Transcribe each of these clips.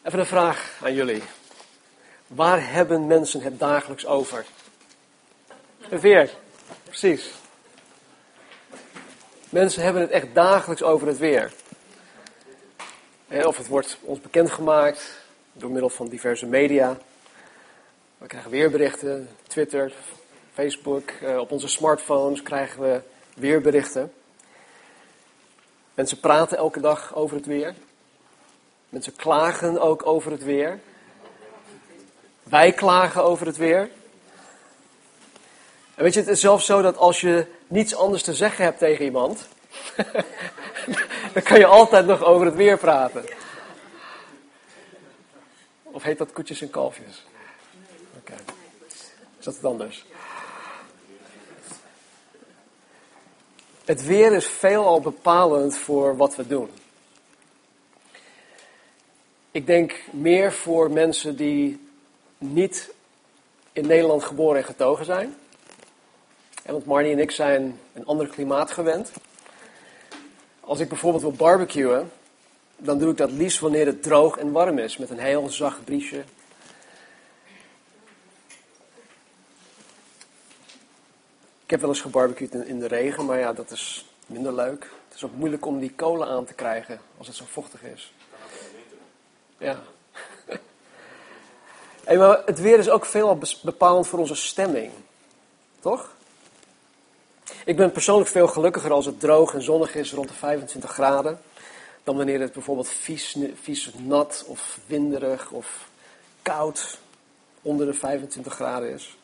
Even een vraag aan jullie. Waar hebben mensen het dagelijks over? Het weer, precies. Mensen hebben het echt dagelijks over het weer. Of het wordt ons bekendgemaakt door middel van diverse media. We krijgen weerberichten, Twitter, Facebook, op onze smartphones krijgen we weerberichten. Mensen praten elke dag over het weer. Mensen klagen ook over het weer. Wij klagen over het weer. En weet je, het is zelfs zo dat als je niets anders te zeggen hebt tegen iemand, dan kan je altijd nog over het weer praten. Of heet dat koetjes en kalfjes? Oké. Is dat het anders? Het weer is veelal bepalend voor wat we doen. Ik denk meer voor mensen die niet in Nederland geboren en getogen zijn. Want Marnie en ik zijn een ander klimaat gewend. Als ik bijvoorbeeld wil barbecuen, dan doe ik dat liefst wanneer het droog en warm is, met een heel zacht briesje. Ik heb wel eens gebarbecued in de regen, maar ja, dat is minder leuk. Het is ook moeilijk om die kolen aan te krijgen als het zo vochtig is. Ja. Hey, maar het weer is ook veelal bepalend voor onze stemming. Toch? Ik ben persoonlijk veel gelukkiger als het droog en zonnig is rond de 25 graden. Dan wanneer het bijvoorbeeld vies nat of winderig of koud onder de 25 graden is.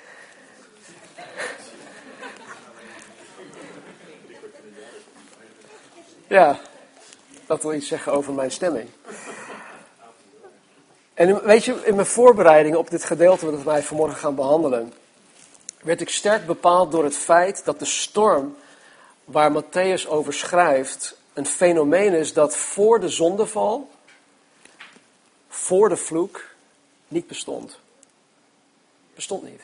Ja, dat wil iets zeggen over mijn stemming. En weet je, in mijn voorbereiding op dit gedeelte dat wij vanmorgen gaan behandelen, werd ik sterk bepaald door het feit dat de storm waar Mattheüs over schrijft een fenomeen is dat voor de zondeval, voor de vloek, niet bestond. Bestond niet.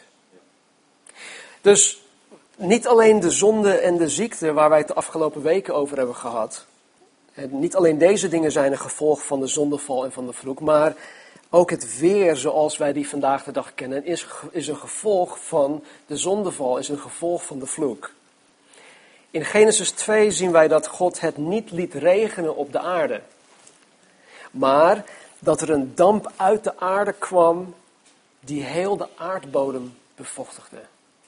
Dus niet alleen de zonde en de ziekte waar wij het de afgelopen weken over hebben gehad. Niet alleen deze dingen zijn een gevolg van de zondeval en van de vloek, maar ook het weer zoals wij die vandaag de dag kennen is een gevolg van de zondeval, is een gevolg van de vloek. In Genesis 2 zien wij dat God het niet liet regenen op de aarde. Maar dat er een damp uit de aarde kwam die heel de aardbodem bevochtigde.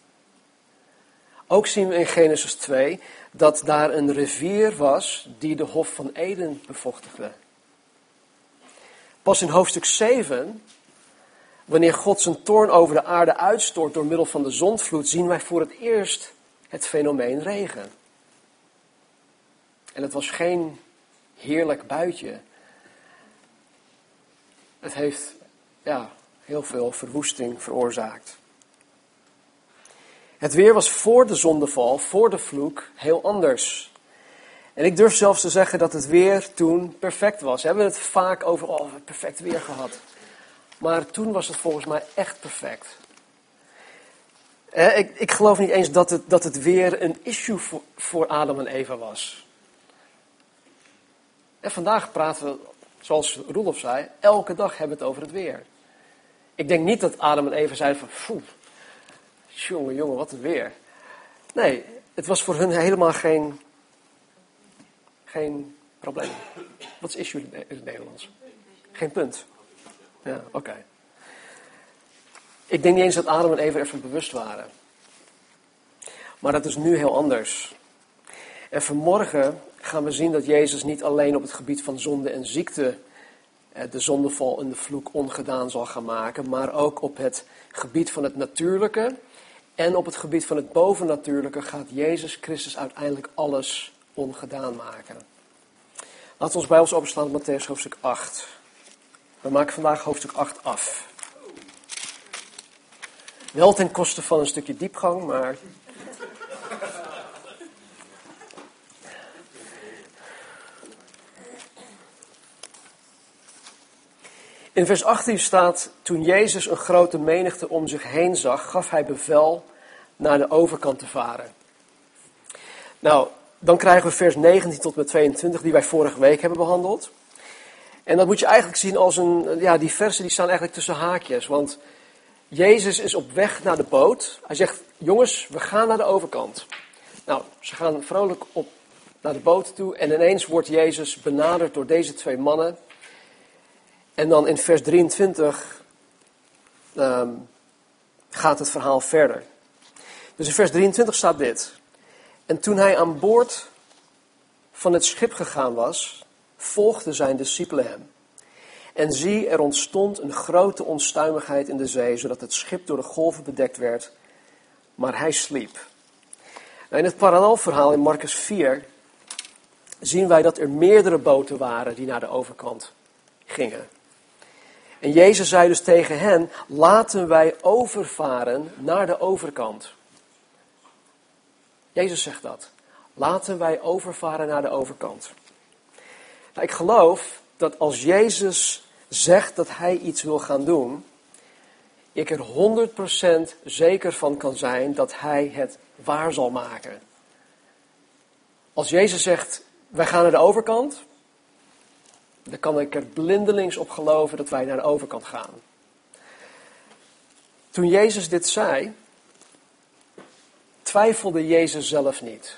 Ook zien we in Genesis 2 dat daar een rivier was die de Hof van Eden bevochtigde. Pas in hoofdstuk 7, wanneer God zijn toorn over de aarde uitstort door middel van de zondvloed, zien wij voor het eerst het fenomeen regen. En het was geen heerlijk buitje. Het heeft heel veel verwoesting veroorzaakt. Het weer was voor de zondeval, voor de vloek, heel anders. En ik durf zelfs te zeggen dat het weer toen perfect was. We hebben het vaak over, perfect weer gehad. Maar toen was het volgens mij echt perfect. Ik geloof niet eens dat het weer een issue voor Adam en Eva was. En vandaag praten we, zoals Roelof zei, elke dag hebben we het over het weer. Ik denk niet dat Adam en Eva zeiden van, jongen, wat een weer. Nee, het was voor hun helemaal geen probleem. Wat is issue in het Nederlands? Geen punt. Ja, oké. Ik denk niet eens dat Adam en Eva ervan bewust waren. Maar dat is nu heel anders. En vanmorgen gaan we zien dat Jezus niet alleen op het gebied van zonde en ziekte de zondeval en de vloek ongedaan zal gaan maken, maar ook op het gebied van het natuurlijke en op het gebied van het bovennatuurlijke gaat Jezus Christus uiteindelijk alles ongedaan maken. Laten we ons Bijbels openslaan op Mattheüs hoofdstuk 8. We maken vandaag hoofdstuk 8 af. Wel ten koste van een stukje diepgang, maar in vers 18 staat, toen Jezus een grote menigte om zich heen zag, gaf hij bevel naar de overkant te varen. Nou, dan krijgen we vers 19 tot met 22, die wij vorige week hebben behandeld. En dat moet je eigenlijk zien als die versen die staan eigenlijk tussen haakjes. Want Jezus is op weg naar de boot. Hij zegt, jongens, we gaan naar de overkant. Nou, ze gaan vrolijk naar de boot toe. En ineens wordt Jezus benaderd door deze twee mannen. En dan in vers 23 gaat het verhaal verder. Dus in vers 23 staat dit. En toen hij aan boord van het schip gegaan was, volgden zijn discipelen hem. En zie, er ontstond een grote onstuimigheid in de zee, zodat het schip door de golven bedekt werd, maar hij sliep. Nou, in het parallelverhaal in Marcus 4 zien wij dat er meerdere boten waren die naar de overkant gingen. En Jezus zei dus tegen hen, laten wij overvaren naar de overkant. Jezus zegt dat. Laten wij overvaren naar de overkant. Nou, ik geloof dat als Jezus zegt dat hij iets wil gaan doen, ik er 100% zeker van kan zijn dat hij het waar zal maken. Als Jezus zegt, wij gaan naar de overkant, dan kan ik er blindelings op geloven dat wij naar de overkant gaan. Toen Jezus dit zei, twijfelde Jezus zelf niet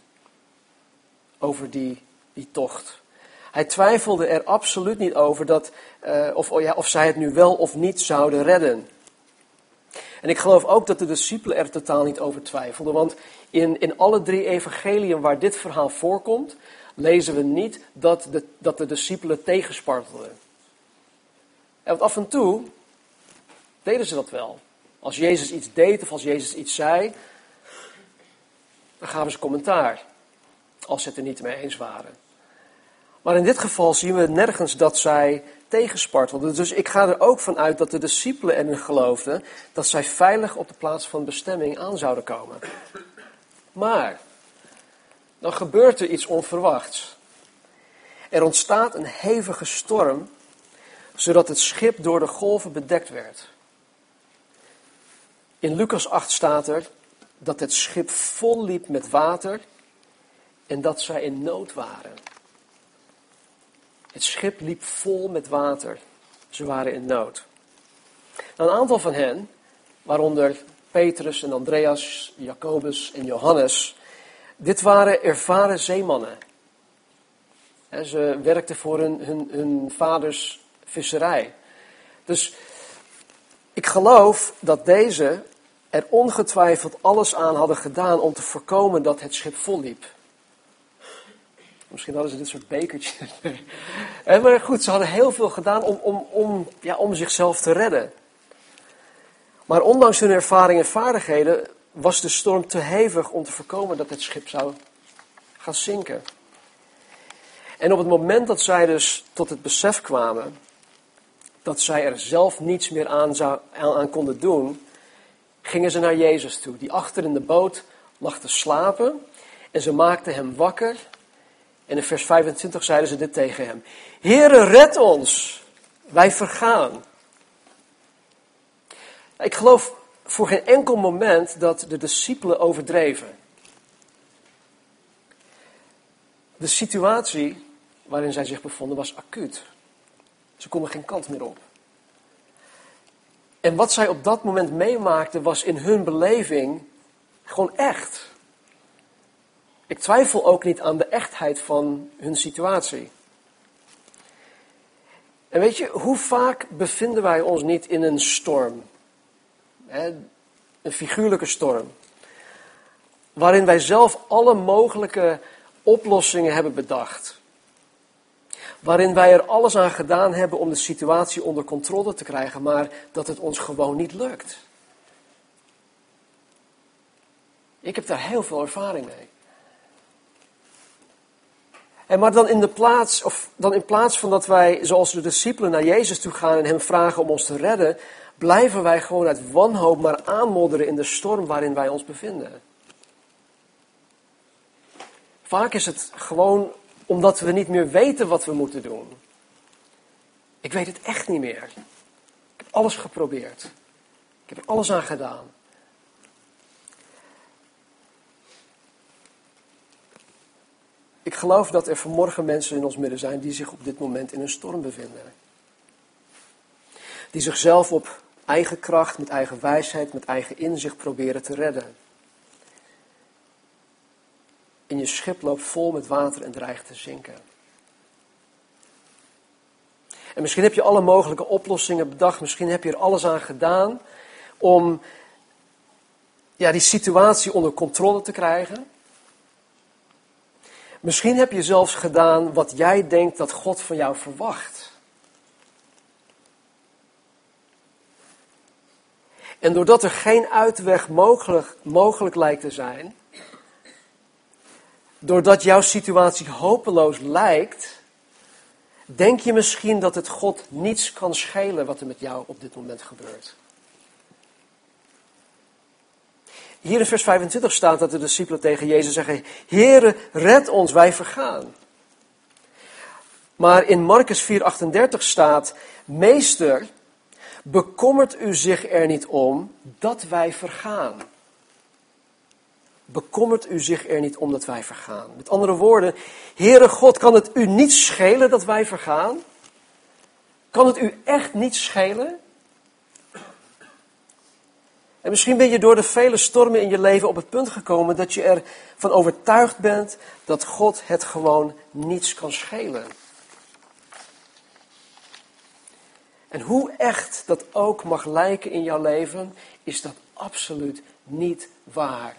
over die tocht. Hij twijfelde er absoluut niet over of zij het nu wel of niet zouden redden. En ik geloof ook dat de discipelen er totaal niet over twijfelden. Want in alle 3 evangeliën waar dit verhaal voorkomt, lezen we niet dat de discipelen tegenspartelden. Want af en toe deden ze dat wel. Als Jezus iets deed of als Jezus iets zei, dan gaven ze commentaar. Als ze het er niet mee eens waren. Maar in dit geval zien we nergens dat zij tegenspartelden. Dus ik ga er ook van uit dat de discipelen erin geloofden dat zij veilig op de plaats van bestemming aan zouden komen. Maar dan gebeurt er iets onverwachts. Er ontstaat een hevige storm, zodat het schip door de golven bedekt werd. In Lucas 8 staat er dat het schip vol liep met water en dat zij in nood waren. Het schip liep vol met water. Ze waren in nood. Nou, een aantal van hen, waaronder Petrus en Andreas, Jacobus en Johannes, dit waren ervaren zeemannen. Ze werkten voor hun vaders visserij. Dus ik geloof dat deze er ongetwijfeld alles aan hadden gedaan om te voorkomen dat het schip vol liep. Misschien hadden ze dit soort bekertjes. Maar goed, ze hadden heel veel gedaan om zichzelf te redden. Maar ondanks hun ervaring en vaardigheden was de storm te hevig om te voorkomen dat het schip zou gaan zinken. En op het moment dat zij dus tot het besef kwamen dat zij er zelf niets meer aan konden doen, gingen ze naar Jezus toe, die achter in de boot lag te slapen. En ze maakten hem wakker. En in vers 25 zeiden ze dit tegen hem. Heere, red ons, wij vergaan. Ik geloof voor geen enkel moment dat de discipelen overdreven. De situatie waarin zij zich bevonden was acuut. Ze konden geen kant meer op. En wat zij op dat moment meemaakten was in hun beleving gewoon echt. Ik twijfel ook niet aan de echtheid van hun situatie. En weet je, hoe vaak bevinden wij ons niet in een storm? Een figuurlijke storm. Waarin wij zelf alle mogelijke oplossingen hebben bedacht. Waarin wij er alles aan gedaan hebben om de situatie onder controle te krijgen, maar dat het ons gewoon niet lukt. Ik heb daar heel veel ervaring mee. Maar dan in plaats van dat wij, zoals de discipelen, naar Jezus toe gaan en hem vragen om ons te redden, blijven wij gewoon uit wanhoop maar aanmodderen in de storm waarin wij ons bevinden. Vaak is het gewoon omdat we niet meer weten wat we moeten doen. Ik weet het echt niet meer. Ik heb alles geprobeerd. Ik heb er alles aan gedaan. Ik geloof dat er vanmorgen mensen in ons midden zijn die zich op dit moment in een storm bevinden. Die zichzelf op eigen kracht, met eigen wijsheid, met eigen inzicht proberen te redden. En je schip loopt vol met water en dreigt te zinken. En misschien heb je alle mogelijke oplossingen bedacht. Misschien heb je er alles aan gedaan om die situatie onder controle te krijgen. Misschien heb je zelfs gedaan wat jij denkt dat God van jou verwacht. En doordat er geen uitweg mogelijk lijkt te zijn, doordat jouw situatie hopeloos lijkt, denk je misschien dat het God niets kan schelen wat er met jou op dit moment gebeurt. Hier in vers 25 staat dat de discipelen tegen Jezus zeggen: Heere, red ons, wij vergaan. Maar in Marcus 4:38 staat: Meester, bekommert u zich er niet om dat wij vergaan? Bekommert u zich er niet om dat wij vergaan? Met andere woorden, Heere God, kan het u niet schelen dat wij vergaan? Kan het u echt niet schelen? En misschien ben je door de vele stormen in je leven op het punt gekomen dat je ervan overtuigd bent dat God het gewoon niets kan schelen. En hoe echt dat ook mag lijken in jouw leven, is dat absoluut niet waar.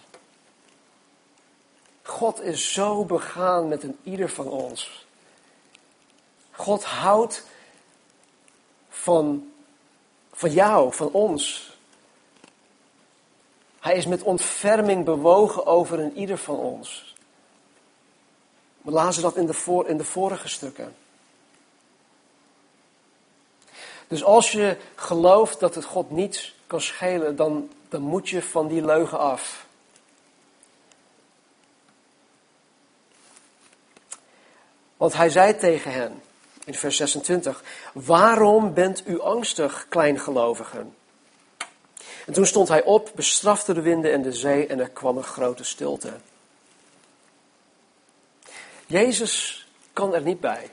God is zo begaan met een ieder van ons. God houdt van jou, van ons. Hij is met ontferming bewogen over een ieder van ons. We lazen dat in de vorige stukken. Dus als je gelooft dat het God niets kan schelen, dan moet je van die leugen af. Want hij zei tegen hen, in vers 26, waarom bent u angstig, kleingelovigen? En toen stond hij op, bestrafte de winden en de zee en er kwam een grote stilte. Jezus kan er niet bij.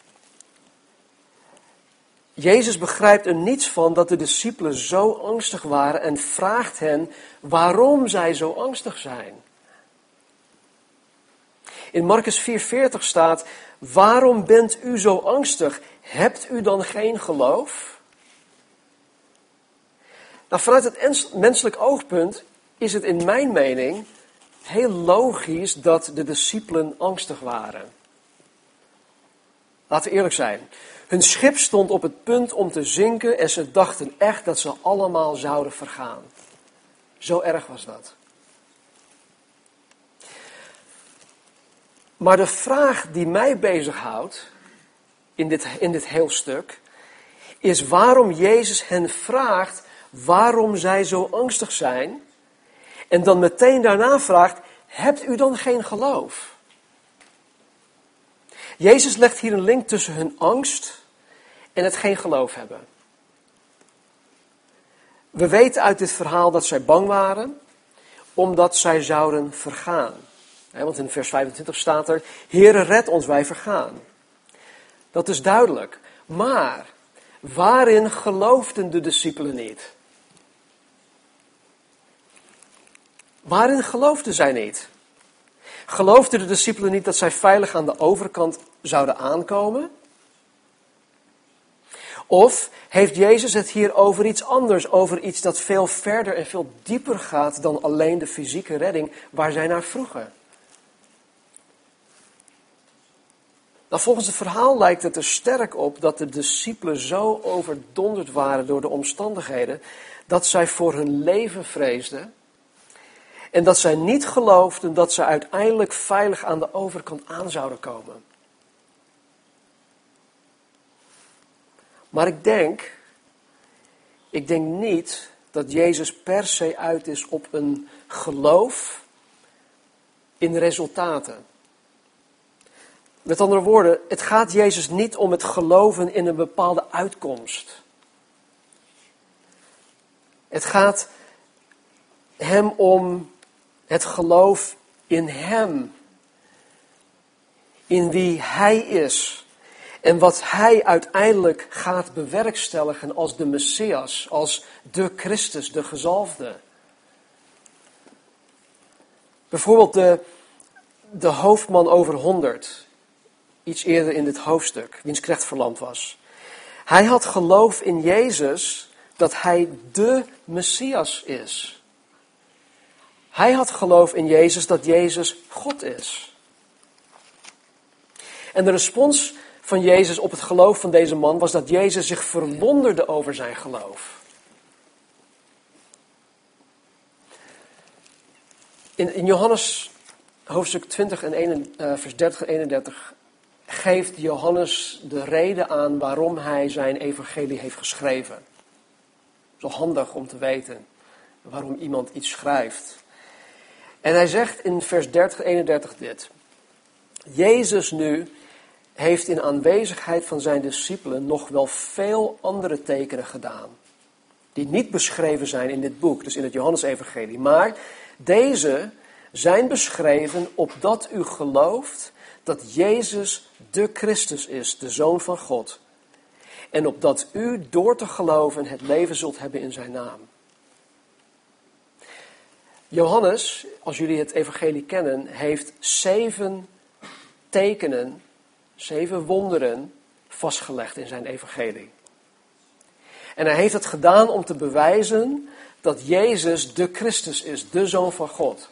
Jezus begrijpt er niets van dat de discipelen zo angstig waren en vraagt hen waarom zij zo angstig zijn. In Marcus 4:40 staat, waarom bent u zo angstig? Hebt u dan geen geloof? Nou, vanuit het menselijk oogpunt is het in mijn mening heel logisch dat de discipelen angstig waren. Laten we eerlijk zijn. Hun schip stond op het punt om te zinken en ze dachten echt dat ze allemaal zouden vergaan. Zo erg was dat. Maar de vraag die mij bezighoudt in dit heel stuk, is waarom Jezus hen vraagt waarom zij zo angstig zijn. En dan meteen daarna vraagt, hebt u dan geen geloof? Jezus legt hier een link tussen hun angst en het geen geloof hebben. We weten uit dit verhaal dat zij bang waren, omdat zij zouden vergaan. Want in vers 25 staat er, Heere, red ons, wij vergaan. Dat is duidelijk. Maar waarin geloofden de discipelen niet? Waarin geloofden zij niet? Geloofden de discipelen niet dat zij veilig aan de overkant zouden aankomen? Of heeft Jezus het hier over iets anders, over iets dat veel verder en veel dieper gaat dan alleen de fysieke redding waar zij naar vroegen? Nou, volgens het verhaal lijkt het er sterk op dat de discipelen zo overdonderd waren door de omstandigheden, dat zij voor hun leven vreesden en dat zij niet geloofden dat ze uiteindelijk veilig aan de overkant aan zouden komen. Maar ik denk niet dat Jezus per se uit is op een geloof in resultaten. Met andere woorden, het gaat Jezus niet om het geloven in een bepaalde uitkomst. Het gaat hem om het geloof in hem. in wie hij is en wat hij uiteindelijk gaat bewerkstelligen als de Messias, als de Christus, de gezalfde. Bijvoorbeeld de hoofdman over 100, iets eerder in dit hoofdstuk, wiens knecht verlamd was. Hij had geloof in Jezus dat hij de Messias is. Hij had geloof in Jezus dat Jezus God is. En de respons van Jezus op het geloof van deze man was dat Jezus zich verwonderde over zijn geloof. In Johannes hoofdstuk 20 en vers 30 en 31 geeft Johannes de reden aan waarom hij zijn evangelie heeft geschreven. Zo handig om te weten waarom iemand iets schrijft. En hij zegt in vers 30 en 31 dit. Jezus nu heeft in aanwezigheid van zijn discipelen nog wel veel andere tekenen gedaan. Die niet beschreven zijn in dit boek, dus in het Johannesevangelie. Maar deze zijn beschreven opdat u gelooft dat Jezus de Christus is, de Zoon van God. En opdat u door te geloven het leven zult hebben in zijn naam. Johannes, als jullie het evangelie kennen, heeft 7 tekenen, 7 wonderen vastgelegd in zijn evangelie. En hij heeft het gedaan om te bewijzen dat Jezus de Christus is, de Zoon van God.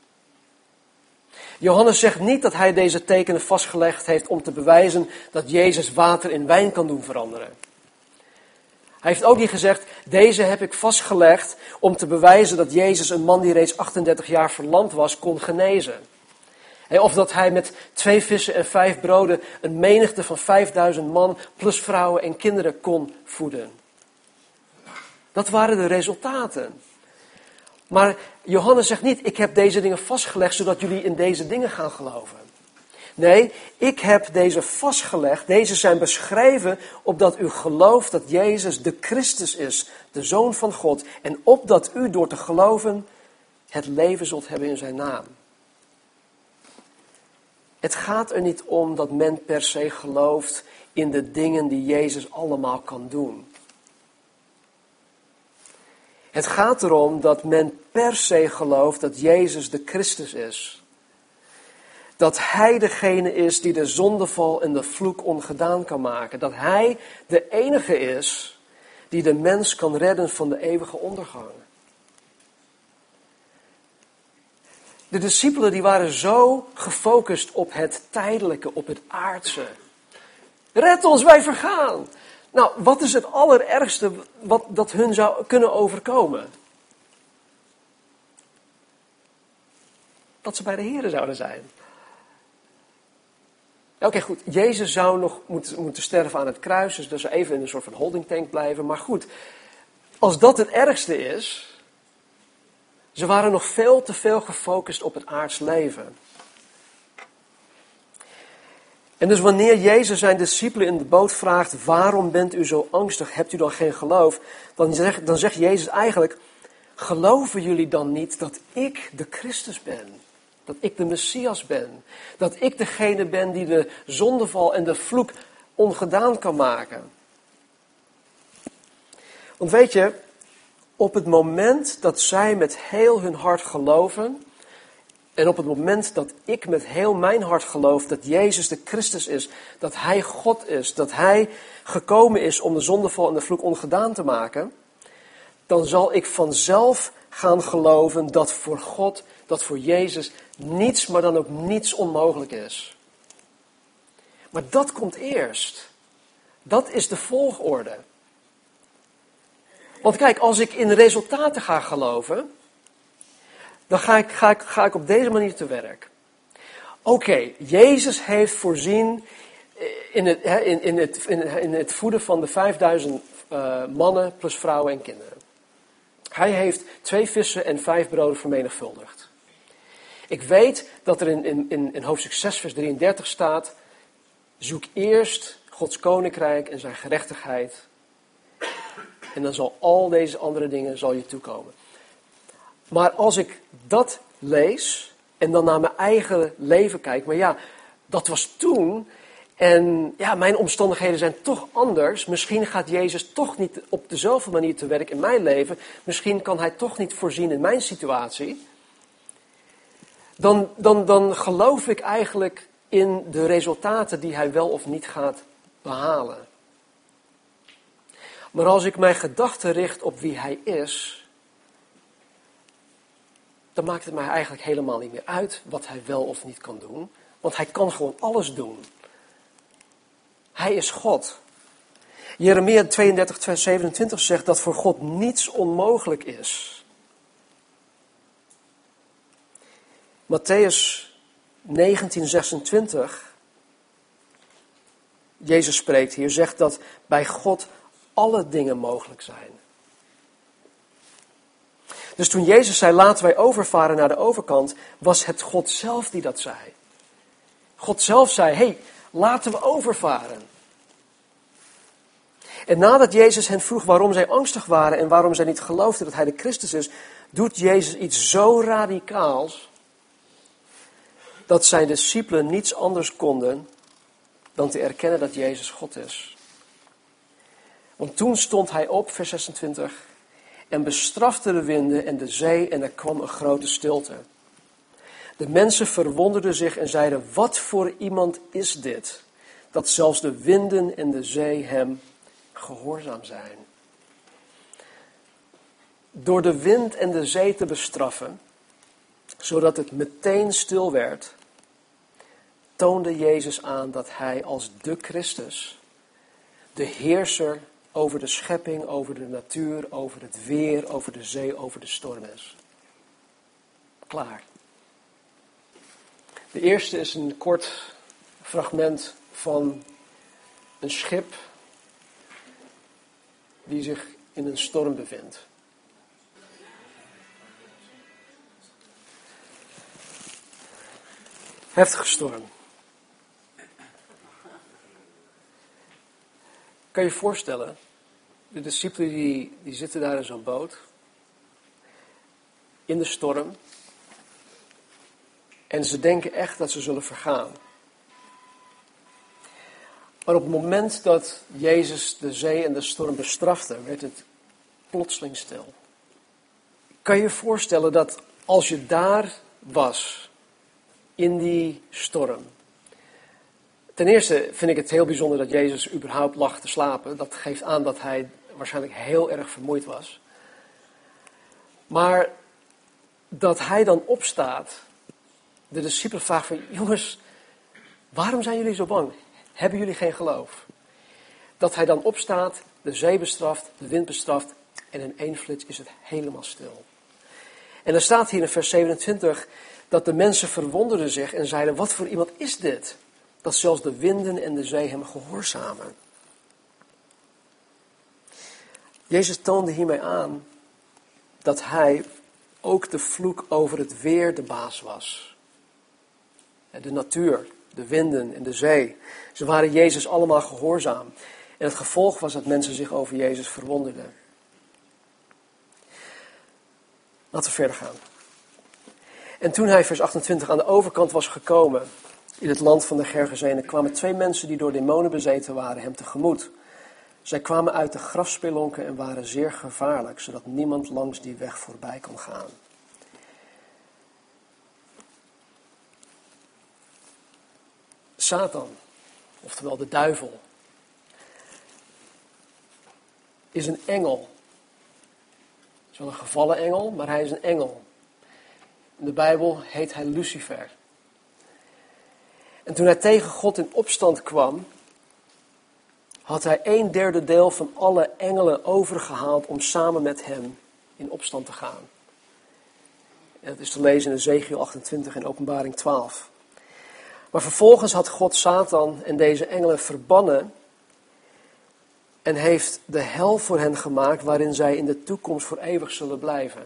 Johannes zegt niet dat hij deze tekenen vastgelegd heeft om te bewijzen dat Jezus water in wijn kan doen veranderen. Hij heeft ook niet gezegd, deze heb ik vastgelegd om te bewijzen dat Jezus, een man die reeds 38 jaar verlamd was, kon genezen. Of dat hij met 2 vissen en 5 broden een menigte van 5000 man plus vrouwen en kinderen kon voeden. Dat waren de resultaten. Maar Johannes zegt niet, ik heb deze dingen vastgelegd zodat jullie in deze dingen gaan geloven. Nee, ik heb deze vastgelegd, deze zijn beschreven opdat u gelooft dat Jezus de Christus is, de Zoon van God. En opdat u door te geloven het leven zult hebben in zijn naam. Het gaat er niet om dat men per se gelooft in de dingen die Jezus allemaal kan doen. Het gaat erom dat men per se gelooft dat Jezus de Christus is. Dat Hij degene is die de zondeval en de vloek ongedaan kan maken. Dat Hij de enige is die de mens kan redden van de eeuwige ondergang. De discipelen die waren zo gefocust op het tijdelijke, op het aardse. Red ons, wij vergaan. Nou, wat is het allerergste wat dat hun zou kunnen overkomen? Dat ze bij de Here zouden zijn. Oké, goed. Jezus zou nog moeten sterven aan het kruis, dus dat ze even in een soort van holding tank blijven. Maar goed, als dat het ergste is, ze waren nog veel te veel gefocust op het aards leven. En dus wanneer Jezus zijn discipelen in de boot vraagt, waarom bent u zo angstig, hebt u dan geen geloof? Dan zegt Jezus eigenlijk, geloven jullie dan niet dat ik de Christus ben? Dat ik de Messias ben? Dat ik degene ben die de zondeval en de vloek ongedaan kan maken? Want weet je, op het moment dat zij met heel hun hart geloven, en op het moment dat ik met heel mijn hart geloof dat Jezus de Christus is, dat Hij God is, dat Hij gekomen is om de zondeval en de vloek ongedaan te maken, dan zal ik vanzelf gaan geloven dat voor God, dat voor Jezus niets, maar dan ook niets onmogelijk is. Maar dat komt eerst. Dat is de volgorde. Want kijk, als ik in resultaten ga geloven, dan ga ik op deze manier te werk. Oké, Jezus heeft voorzien in het voeden van de 5000 mannen plus vrouwen en kinderen. Hij heeft 2 vissen en 5 broden vermenigvuldigd. Ik weet dat er in hoofdstuk 6 vers 33 staat, zoek eerst Gods koninkrijk en zijn gerechtigheid. En dan zal al deze andere dingen zal je toekomen. Maar als ik dat lees en dan naar mijn eigen leven kijk, maar ja, Dat was toen. En ja, mijn omstandigheden zijn toch anders. Misschien gaat Jezus toch niet op dezelfde manier te werk in mijn leven. Misschien kan hij toch niet voorzien in mijn situatie. Dan geloof ik eigenlijk in de resultaten die hij wel of niet gaat behalen. Maar als ik mijn gedachten richt op wie hij is, dan maakt het mij eigenlijk helemaal niet meer uit wat hij wel of niet kan doen. Want hij kan gewoon alles doen. Hij is God. Jeremia 32, vers 27 zegt dat voor God niets onmogelijk is. Mattheüs 19, 26, Jezus spreekt hier, zegt dat bij God alle dingen mogelijk zijn. Dus toen Jezus zei, laten wij overvaren naar de overkant, was het God zelf die dat zei. God zelf zei, hey, laten we overvaren. En nadat Jezus hen vroeg waarom zij angstig waren en waarom zij niet geloofden dat hij de Christus is, doet Jezus iets zo radicaals, dat zijn discipelen niets anders konden dan te erkennen dat Jezus God is. Want toen stond hij op, vers 26, en bestrafte de winden en de zee en er kwam een grote stilte. De mensen verwonderden zich en zeiden, wat voor iemand is dit, dat zelfs de winden en de zee hem gehoorzaam zijn. Door de wind en de zee te bestraffen, zodat het meteen stil werd, toonde Jezus aan dat hij als de Christus, de heerser over de schepping, over de natuur, over het weer, over de zee, over de storm is. Klaar. De eerste is een kort fragment van een schip die zich in een storm bevindt. Heftige storm. Kan je je voorstellen, de discipelen die zitten daar in zo'n boot, in de storm, en ze denken echt dat ze zullen vergaan. Maar op het moment dat Jezus de zee en de storm bestrafte, werd het plotseling stil. Kan je je voorstellen dat als je daar was, in die storm. Ten eerste vind ik het heel bijzonder dat Jezus überhaupt lag te slapen. Dat geeft aan dat hij waarschijnlijk heel erg vermoeid was. Maar dat hij dan opstaat, de discipelen vragen van, jongens, waarom zijn jullie zo bang? Hebben jullie geen geloof? Dat hij dan opstaat, de zee bestraft, de wind bestraft en in één flits is het helemaal stil. En er staat hier in vers 27 dat de mensen verwonderden zich en zeiden, wat voor iemand is dit? Dat zelfs de winden en de zee hem gehoorzamen. Jezus toonde hiermee aan dat hij ook de vloek over het weer de baas was. De natuur, de winden en de zee. Ze waren Jezus allemaal gehoorzaam. En het gevolg was dat mensen zich over Jezus verwonderden. Laten we verder gaan. En toen hij, vers 28, aan de overkant was gekomen, in het land van de Gergezenen, kwamen 2 mensen die door demonen bezeten waren hem tegemoet. Zij kwamen uit de grafspelonken en waren zeer gevaarlijk, zodat niemand langs die weg voorbij kon gaan. Satan, oftewel de duivel, is een engel. Het is wel een gevallen engel, maar hij is een engel. In de Bijbel heet hij Lucifer. En toen hij tegen God in opstand kwam, had hij 1/3 deel van alle engelen overgehaald om samen met hem in opstand te gaan. En dat is te lezen in Ezekiel 28 en Openbaring 12. Maar vervolgens had God Satan en deze engelen verbannen en heeft de hel voor hen gemaakt waarin zij in de toekomst voor eeuwig zullen blijven.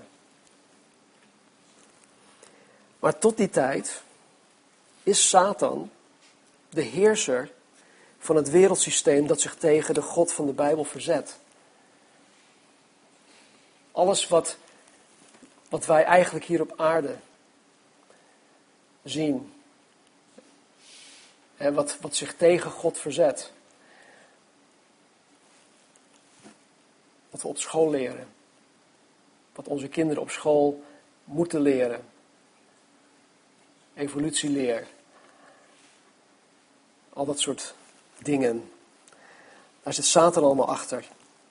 Maar tot die tijd is Satan de heerser van het wereldsysteem dat zich tegen de God van de Bijbel verzet. Alles wat wij eigenlijk hier op aarde zien. Wat zich tegen God verzet. Wat we op school leren. Wat onze kinderen op school moeten leren. Evolutieleer. Al dat soort dingen. Daar zit Satan allemaal achter.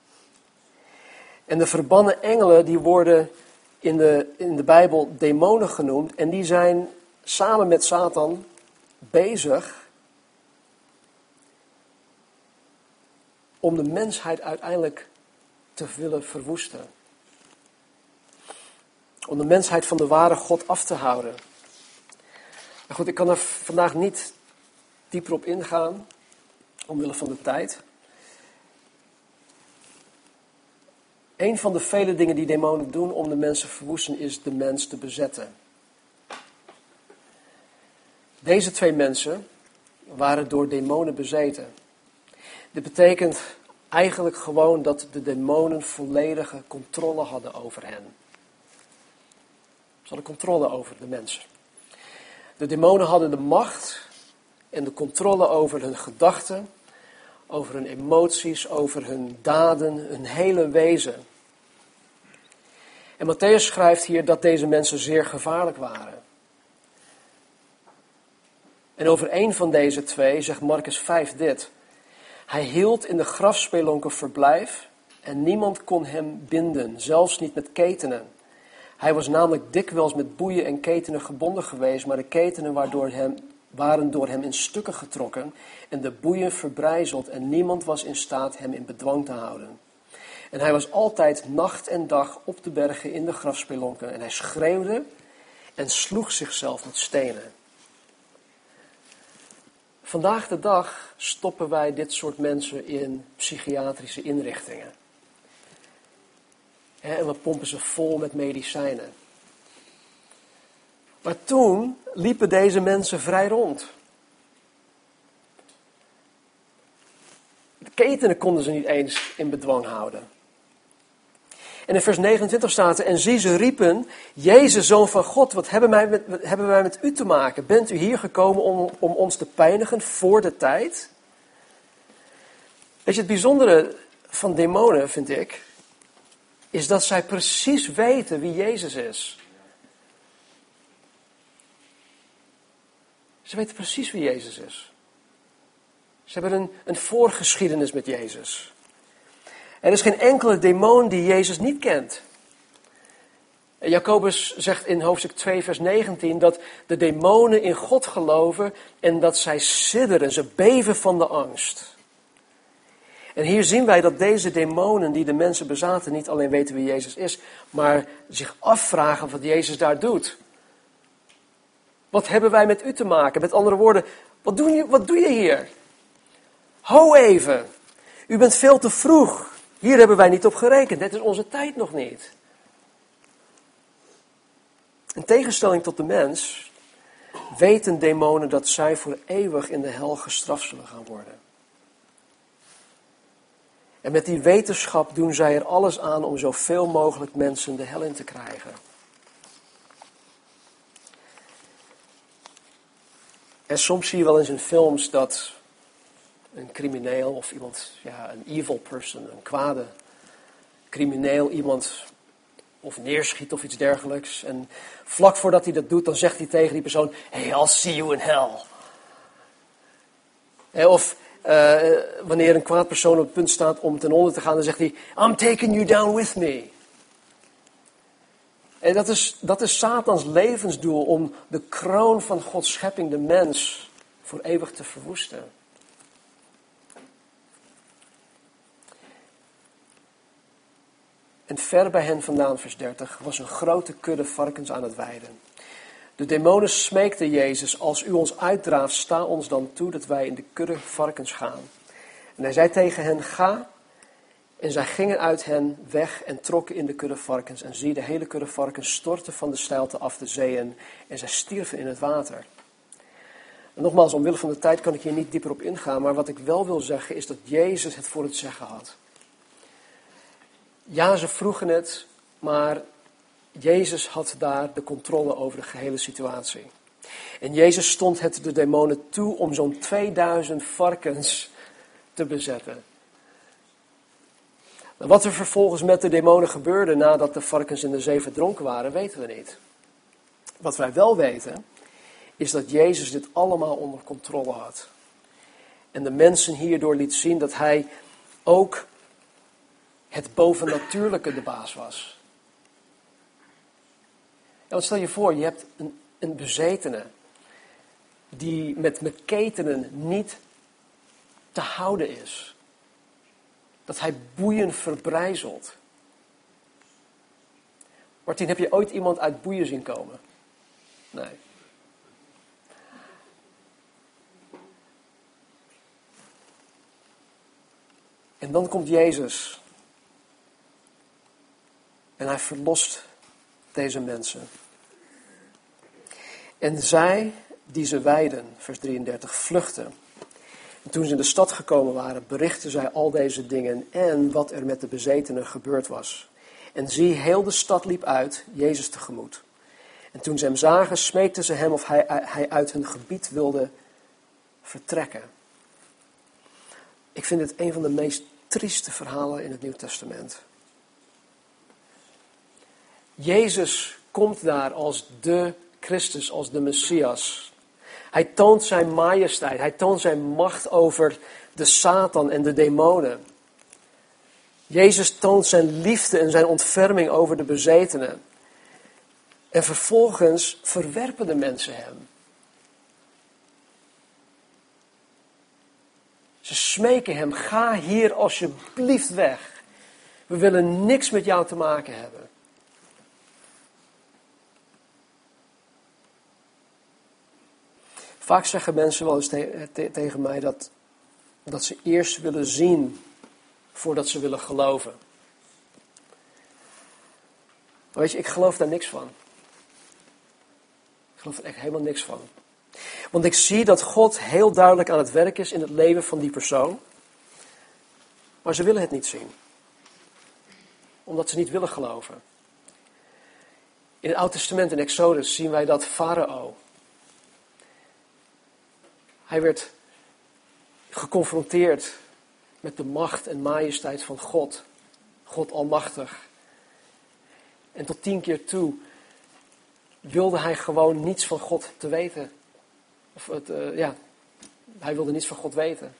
En de verbannen engelen die worden in de Bijbel demonen genoemd. En die zijn samen met Satan bezig om de mensheid uiteindelijk te willen verwoesten. Om de mensheid van de ware God af te houden. Maar goed, ik kan er vandaag niet dieper op ingaan, omwille van de tijd. Een van de vele dingen die demonen doen om de mensen te verwoesten is de mens te bezetten. Deze twee mensen waren door demonen bezeten. Dit betekent eigenlijk gewoon dat de demonen volledige controle hadden over hen. Ze hadden controle over de mensen. De demonen hadden de macht en de controle over hun gedachten, over hun emoties, over hun daden, hun hele wezen. En Matthäus schrijft hier dat deze mensen zeer gevaarlijk waren. En over één van deze twee zegt Marcus 5 dit. Hij hield in de grafspelonken verblijf en niemand kon hem binden, zelfs niet met ketenen. Hij was namelijk dikwijls met boeien en ketenen gebonden geweest, maar de ketenen waren door hem in stukken getrokken en de boeien verbrijzeld en niemand was in staat hem in bedwang te houden. En hij was altijd nacht en dag op de bergen in de grafspelonken en hij schreeuwde en sloeg zichzelf met stenen. Vandaag de dag stoppen wij dit soort mensen in psychiatrische inrichtingen. En we pompen ze vol met medicijnen. Maar toen liepen deze mensen vrij rond. De ketenen konden ze niet eens in bedwang houden. En in vers 29 staat er, en zie ze riepen, Jezus, Zoon van God, wat hebben wij met u te maken? Bent u hier gekomen om ons te pijnigen voor de tijd? Weet je, het bijzondere van demonen, vind ik, is dat zij precies weten wie Jezus is. Ze weten precies wie Jezus is. Ze hebben een voorgeschiedenis met Jezus. Er is geen enkele demon die Jezus niet kent. Jacobus zegt in hoofdstuk 2 vers 19 dat de demonen in God geloven en dat zij sidderen, ze beven van de angst. En hier zien wij dat deze demonen die de mensen bezaten niet alleen weten wie Jezus is, maar zich afvragen wat Jezus daar doet. Wat hebben wij met u te maken? Met andere woorden, wat doe je hier? Ho even, u bent veel te vroeg. Hier hebben wij niet op gerekend, dit is onze tijd nog niet. In tegenstelling tot de mens weten demonen dat zij voor eeuwig in de hel gestraft zullen gaan worden. En met die wetenschap doen zij er alles aan om zoveel mogelijk mensen de hel in te krijgen. En soms zie je wel eens in films dat een crimineel of iemand, een evil person, een kwade crimineel, iemand of neerschiet of iets dergelijks. En vlak voordat hij dat doet, dan zegt hij tegen die persoon, hey, I'll see you in hell. Of wanneer een kwaad persoon op het punt staat om ten onder te gaan, dan zegt hij, I'm taking you down with me. En dat is Satans levensdoel, om de kroon van Gods schepping, de mens, voor eeuwig te verwoesten. En ver bij hen vandaan, vers 30, was een grote kudde varkens aan het weiden. De demonen smeekten Jezus, als u ons uitdraaft, sta ons dan toe dat wij in de kudde varkens gaan. En hij zei tegen hen, ga. En zij gingen uit hen weg en trokken in de kudde varkens. En zie, de hele kudde varkens stortten van de steilte af de zeeën en zij stierven in het water. En nogmaals, omwille van de tijd kan ik hier niet dieper op ingaan, maar wat ik wel wil zeggen is dat Jezus het voor het zeggen had. Ja, ze vroegen het, maar Jezus had daar de controle over de gehele situatie. En Jezus stond het de demonen toe om zo'n 2000 varkens te bezetten. Wat er vervolgens met de demonen gebeurde nadat de varkens in de zee verdronken waren, weten we niet. Wat wij wel weten, is dat Jezus dit allemaal onder controle had. En de mensen hierdoor liet zien dat hij ook het bovennatuurlijke de baas was. En want stel je voor, je hebt een bezetene die met ketenen niet te houden is. Dat hij boeien verbrijzelt. Martien, heb je ooit iemand uit boeien zien komen? Nee. En dan komt Jezus. En hij verlost deze mensen. En zij die ze weiden, vers 33, vluchten. En toen ze in de stad gekomen waren, berichtten zij al deze dingen en wat er met de bezetenen gebeurd was. En zie, heel de stad liep uit, Jezus tegemoet. En toen ze hem zagen, smeekten ze hem of hij uit hun gebied wilde vertrekken. Ik vind het een van de meest trieste verhalen in het Nieuw Testament. Jezus komt daar als de Christus, als de Messias. Hij toont zijn majesteit, hij toont zijn macht over de Satan en de demonen. Jezus toont zijn liefde en zijn ontferming over de bezetenen. En vervolgens verwerpen de mensen hem. Ze smeken hem, ga hier alsjeblieft weg. We willen niks met jou te maken hebben. Vaak zeggen mensen wel eens tegen mij dat ze eerst willen zien voordat ze willen geloven. Maar weet je, ik geloof daar niks van. Ik geloof er echt helemaal niks van. Want ik zie dat God heel duidelijk aan het werk is in het leven van die persoon. Maar ze willen het niet zien. Omdat ze niet willen geloven. In het Oude Testament, in Exodus, zien wij dat Farao. Hij werd geconfronteerd met de macht en majesteit van God. God Almachtig. En tot 10 keer toe wilde hij gewoon niets van God te weten. Hij wilde niets van God weten.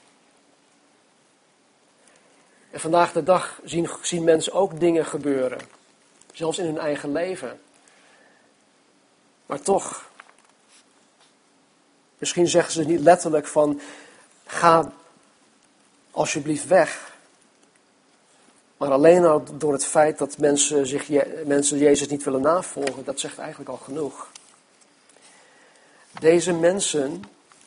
En vandaag de dag zien mensen ook dingen gebeuren. Zelfs in hun eigen leven. Maar toch, misschien zeggen ze niet letterlijk van, ga alsjeblieft weg. Maar alleen al door het feit dat mensen Jezus niet willen navolgen, dat zegt eigenlijk al genoeg. Deze mensen,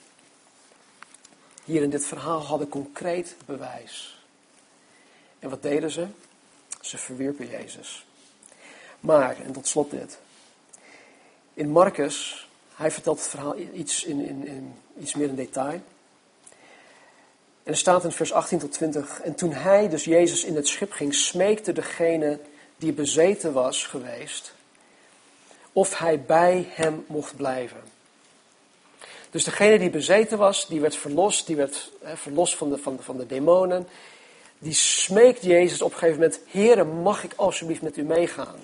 hier in dit verhaal, hadden concreet bewijs. En wat deden ze? Ze verwierpen Jezus. Maar, en tot slot dit. In Marcus, hij vertelt het verhaal iets meer in detail. En er staat in vers 18 tot 20. En toen hij, dus Jezus, in het schip ging, smeekte degene die bezeten was geweest, of hij bij hem mocht blijven. Dus degene die bezeten was, die werd verlost van de demonen. Die smeekt Jezus op een gegeven moment, Heere, mag ik alsjeblieft met u meegaan?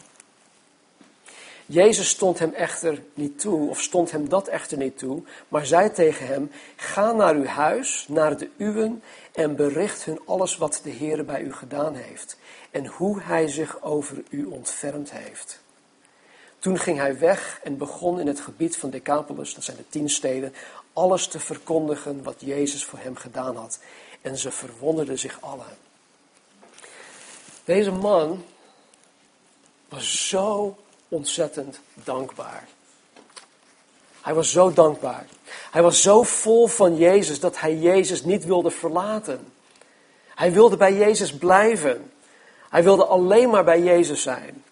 Jezus stond hem dat echter niet toe, maar zei tegen hem, ga naar uw huis, naar de uwen, en bericht hun alles wat de Heere bij u gedaan heeft, en hoe hij zich over u ontfermd heeft. Toen ging hij weg en begon in het gebied van Decapolis, dat zijn de 10 steden, alles te verkondigen wat Jezus voor hem gedaan had. En ze verwonderden zich allen. Deze man was zo ontzettend dankbaar. Hij was zo dankbaar. Hij was zo vol van Jezus dat hij Jezus niet wilde verlaten. Hij wilde bij Jezus blijven. Hij wilde alleen maar bij Jezus zijn.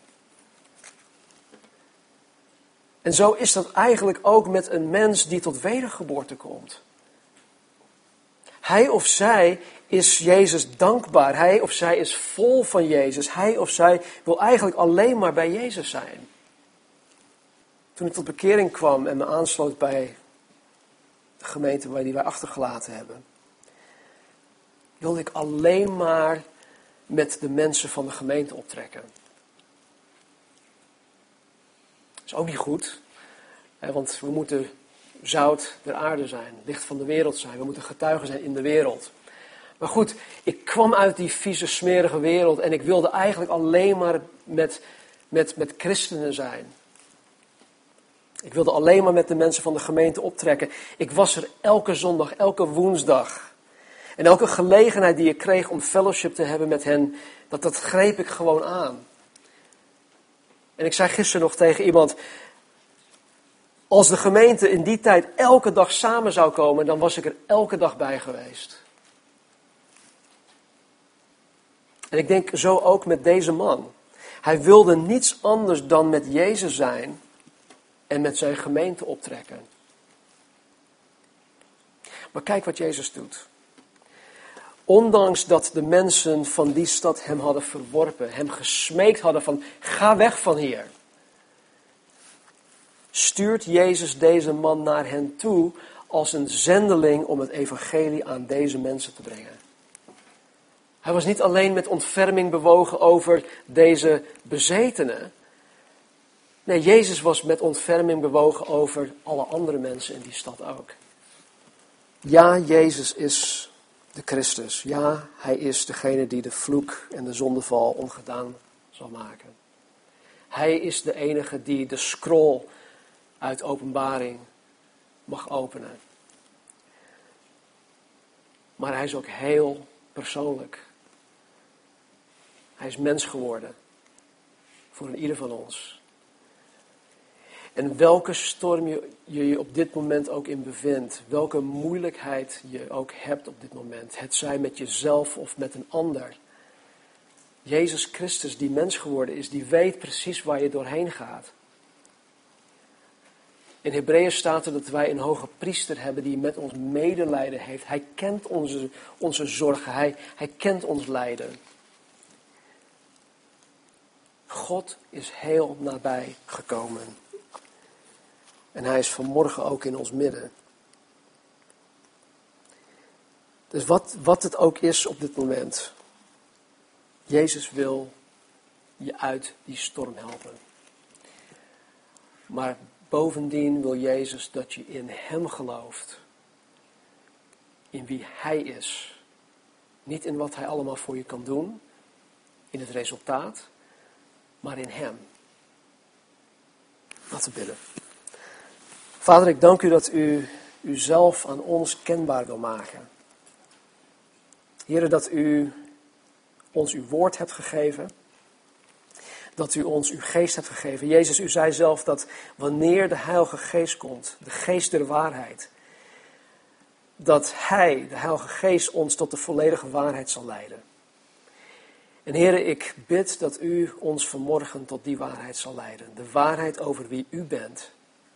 En zo is dat eigenlijk ook met een mens die tot wedergeboorte komt. Hij of zij is Jezus dankbaar. Hij of zij is vol van Jezus. Hij of zij wil eigenlijk alleen maar bij Jezus zijn. Toen ik tot bekering kwam en me aansloot bij de gemeente die wij achtergelaten hebben, wilde ik alleen maar met de mensen van de gemeente optrekken. Dat is ook niet goed, want we moeten zout der aarde zijn, licht van de wereld zijn. We moeten getuigen zijn in de wereld. Maar goed, ik kwam uit die vieze, smerige wereld en ik wilde eigenlijk alleen maar met christenen zijn. Ik wilde alleen maar met de mensen van de gemeente optrekken. Ik was er elke zondag, elke woensdag. En elke gelegenheid die ik kreeg om fellowship te hebben met hen, dat greep ik gewoon aan. En ik zei gisteren nog tegen iemand, als de gemeente in die tijd elke dag samen zou komen, dan was ik er elke dag bij geweest. En ik denk zo ook met deze man. Hij wilde niets anders dan met Jezus zijn en met zijn gemeente optrekken. Maar kijk wat Jezus doet. Ondanks dat de mensen van die stad hem hadden verworpen, hem gesmeekt hadden van, ga weg van hier, stuurt Jezus deze man naar hen toe als een zendeling om het evangelie aan deze mensen te brengen. Hij was niet alleen met ontferming bewogen over deze bezetenen. Nee, Jezus was met ontferming bewogen over alle andere mensen in die stad ook. Ja, Jezus is de Christus. Ja, hij is degene die de vloek en de zondeval ongedaan zal maken. Hij is de enige die de scroll uit Openbaring mag openen. Maar hij is ook heel persoonlijk. Hij is mens geworden. Voor ieder van ons. En welke storm je je op dit moment ook in bevindt. Welke moeilijkheid je ook hebt op dit moment. Het zij met jezelf of met een ander. Jezus Christus die mens geworden is. Die weet precies waar je doorheen gaat. In Hebreeën staat er dat wij een hoge priester hebben die met ons medelijden heeft. Hij kent onze zorgen. Hij kent ons lijden. God is heel nabij gekomen. En hij is vanmorgen ook in ons midden. Dus wat het ook is op dit moment. Jezus wil je uit die storm helpen. Maar bovendien wil Jezus dat je in hem gelooft. In wie hij is. Niet in wat hij allemaal voor je kan doen. In het resultaat. Maar in hem. Laten we bidden. Vader, ik dank u dat u uzelf aan ons kenbaar wil maken. Heere, dat u ons uw woord hebt gegeven. Dat u ons uw geest hebt gegeven. Jezus, u zei zelf dat wanneer de Heilige Geest komt, de geest der waarheid, dat hij, de Heilige Geest, ons tot de volledige waarheid zal leiden. En Heere, ik bid dat u ons vanmorgen tot die waarheid zal leiden. De waarheid over wie u bent.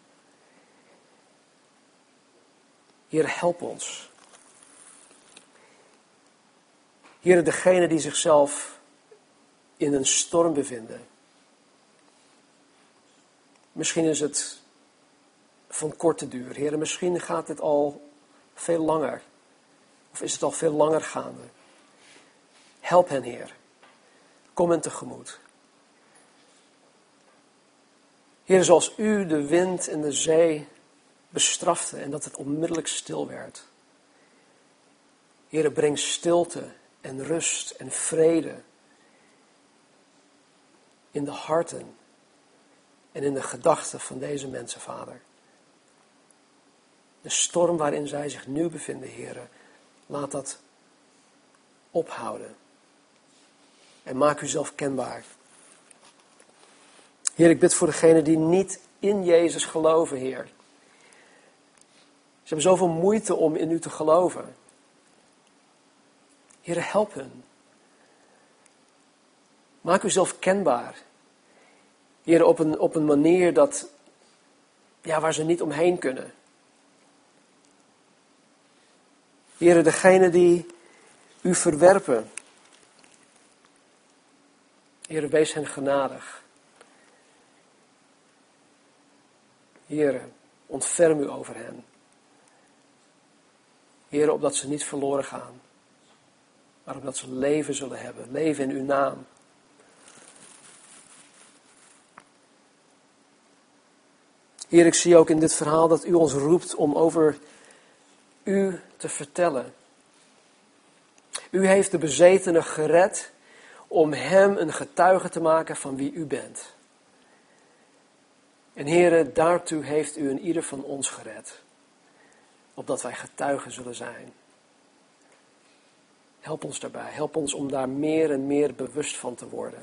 Heere, help ons. Heere, degene die zichzelf in een storm bevinden. Misschien is het van korte duur. Heere, misschien gaat dit al veel langer. Of is het al veel langer gaande. Help hen, Heer. Kom hen tegemoet. Heer, zoals u de wind en de zee bestrafte en dat het onmiddellijk stil werd. Heer, breng stilte en rust en vrede in de harten en in de gedachten van deze mensen, Vader. De storm waarin zij zich nu bevinden, Heer, laat dat ophouden. En maak uzelf kenbaar. Heer, ik bid voor degenen die niet in Jezus geloven, Heer. Ze hebben zoveel moeite om in u te geloven. Heer, help hen. Maak uzelf kenbaar. Heer, op een manier waar ze niet omheen kunnen. Heer, degenen die u verwerpen. Heer, wees hen genadig. Heere, ontferm u over hen. Heere, opdat ze niet verloren gaan, maar opdat ze leven zullen hebben, leven in uw naam. Heer, ik zie ook in dit verhaal dat u ons roept om over u te vertellen. U heeft de bezetene gered om hem een getuige te maken van wie u bent. En Heere, daartoe heeft u een ieder van ons gered. Opdat wij getuigen zullen zijn. Help ons daarbij. Help ons om daar meer en meer bewust van te worden.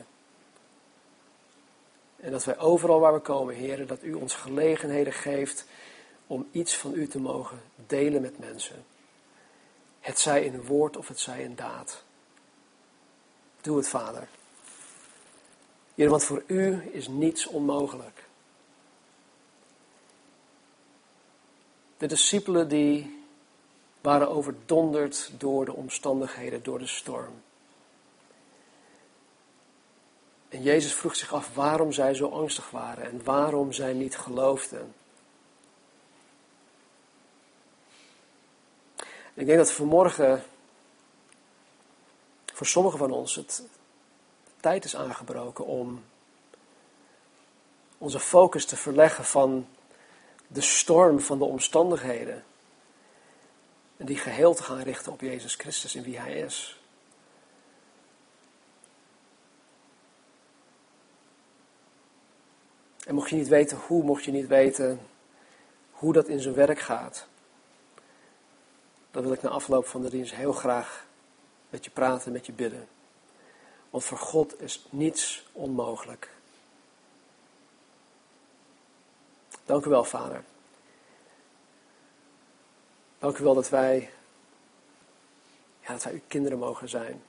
En dat wij overal waar we komen, Heere, dat u ons gelegenheden geeft om iets van u te mogen delen met mensen. Het zij in woord of het zij in daad. Doe het, Vader. Heer, want voor u is niets onmogelijk. De discipelen die waren overdonderd door de omstandigheden, door de storm. En Jezus vroeg zich af waarom zij zo angstig waren en waarom zij niet geloofden. En ik denk dat vanmorgen voor sommigen van ons het tijd is aangebroken om onze focus te verleggen van de storm van de omstandigheden. En die geheel te gaan richten op Jezus Christus en wie Hij is. En mocht je niet weten hoe, mocht je niet weten hoe dat in zijn werk gaat, dan wil ik na afloop van de dienst heel graag met je praten, met je bidden. Want voor God is niets onmogelijk. Dank u wel, Vader. Dank u wel dat wij uw kinderen mogen zijn.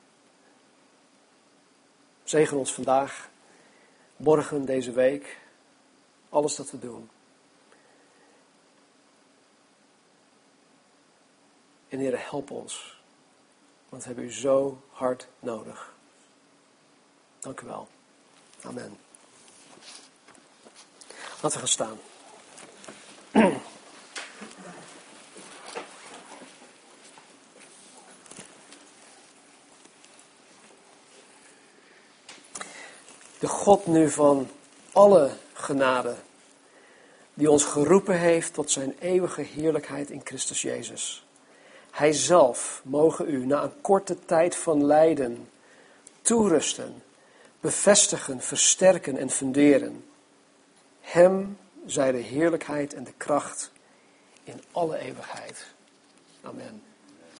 Zegen ons vandaag, morgen, deze week, alles dat we doen. En Heere, help ons, want we hebben u zo hard nodig. Dank u wel. Amen. Laten we gaan staan. De God nu van alle genade, die ons geroepen heeft tot zijn eeuwige heerlijkheid in Christus Jezus. Hij zelf mogen u na een korte tijd van lijden toerusten, bevestigen, versterken en funderen. Hem zij de heerlijkheid en de kracht in alle eeuwigheid. Amen.